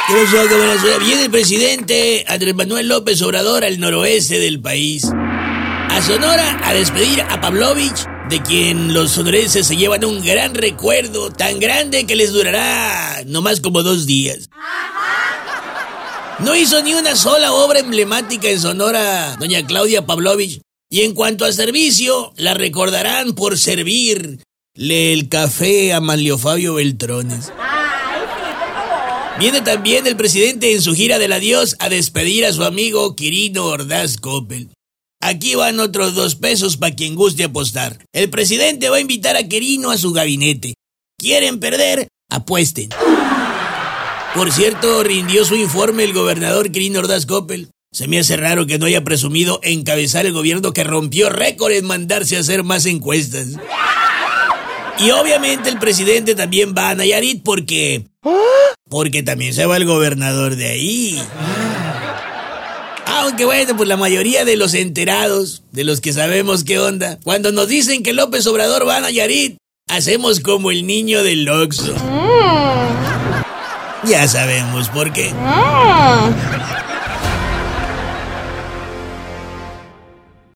¿Qué pasó, camarada? Viene el presidente Andrés Manuel López Obrador al noroeste del país, a Sonora, a despedir a Pavlovich, de quien los sonorenses se llevan un gran recuerdo, tan grande que les durará nomás como 2 días. No hizo ni una sola obra emblemática en Sonora, doña Claudia Pavlovich, y en cuanto a servicio, la recordarán por servirle el café a Manlio Fabio Beltrones. Viene también el presidente en su gira del adiós a despedir a su amigo Quirino Ordaz Coppel. Aquí van otros 2 pesos para quien guste apostar. El presidente va a invitar a Quirino a su gabinete. ¿Quieren perder? Apuesten. Por cierto, rindió su informe el gobernador Quirino Ordaz Coppel. Se me hace raro que no haya presumido encabezar el gobierno que rompió récord en mandarse a hacer más encuestas. Y obviamente el presidente también va a Nayarit porque también se va el gobernador de ahí. Aunque bueno, pues la mayoría de los enterados, de los que sabemos qué onda, cuando nos dicen que López Obrador va a Nayarit, hacemos como el niño del Oxxo. Ya sabemos por qué.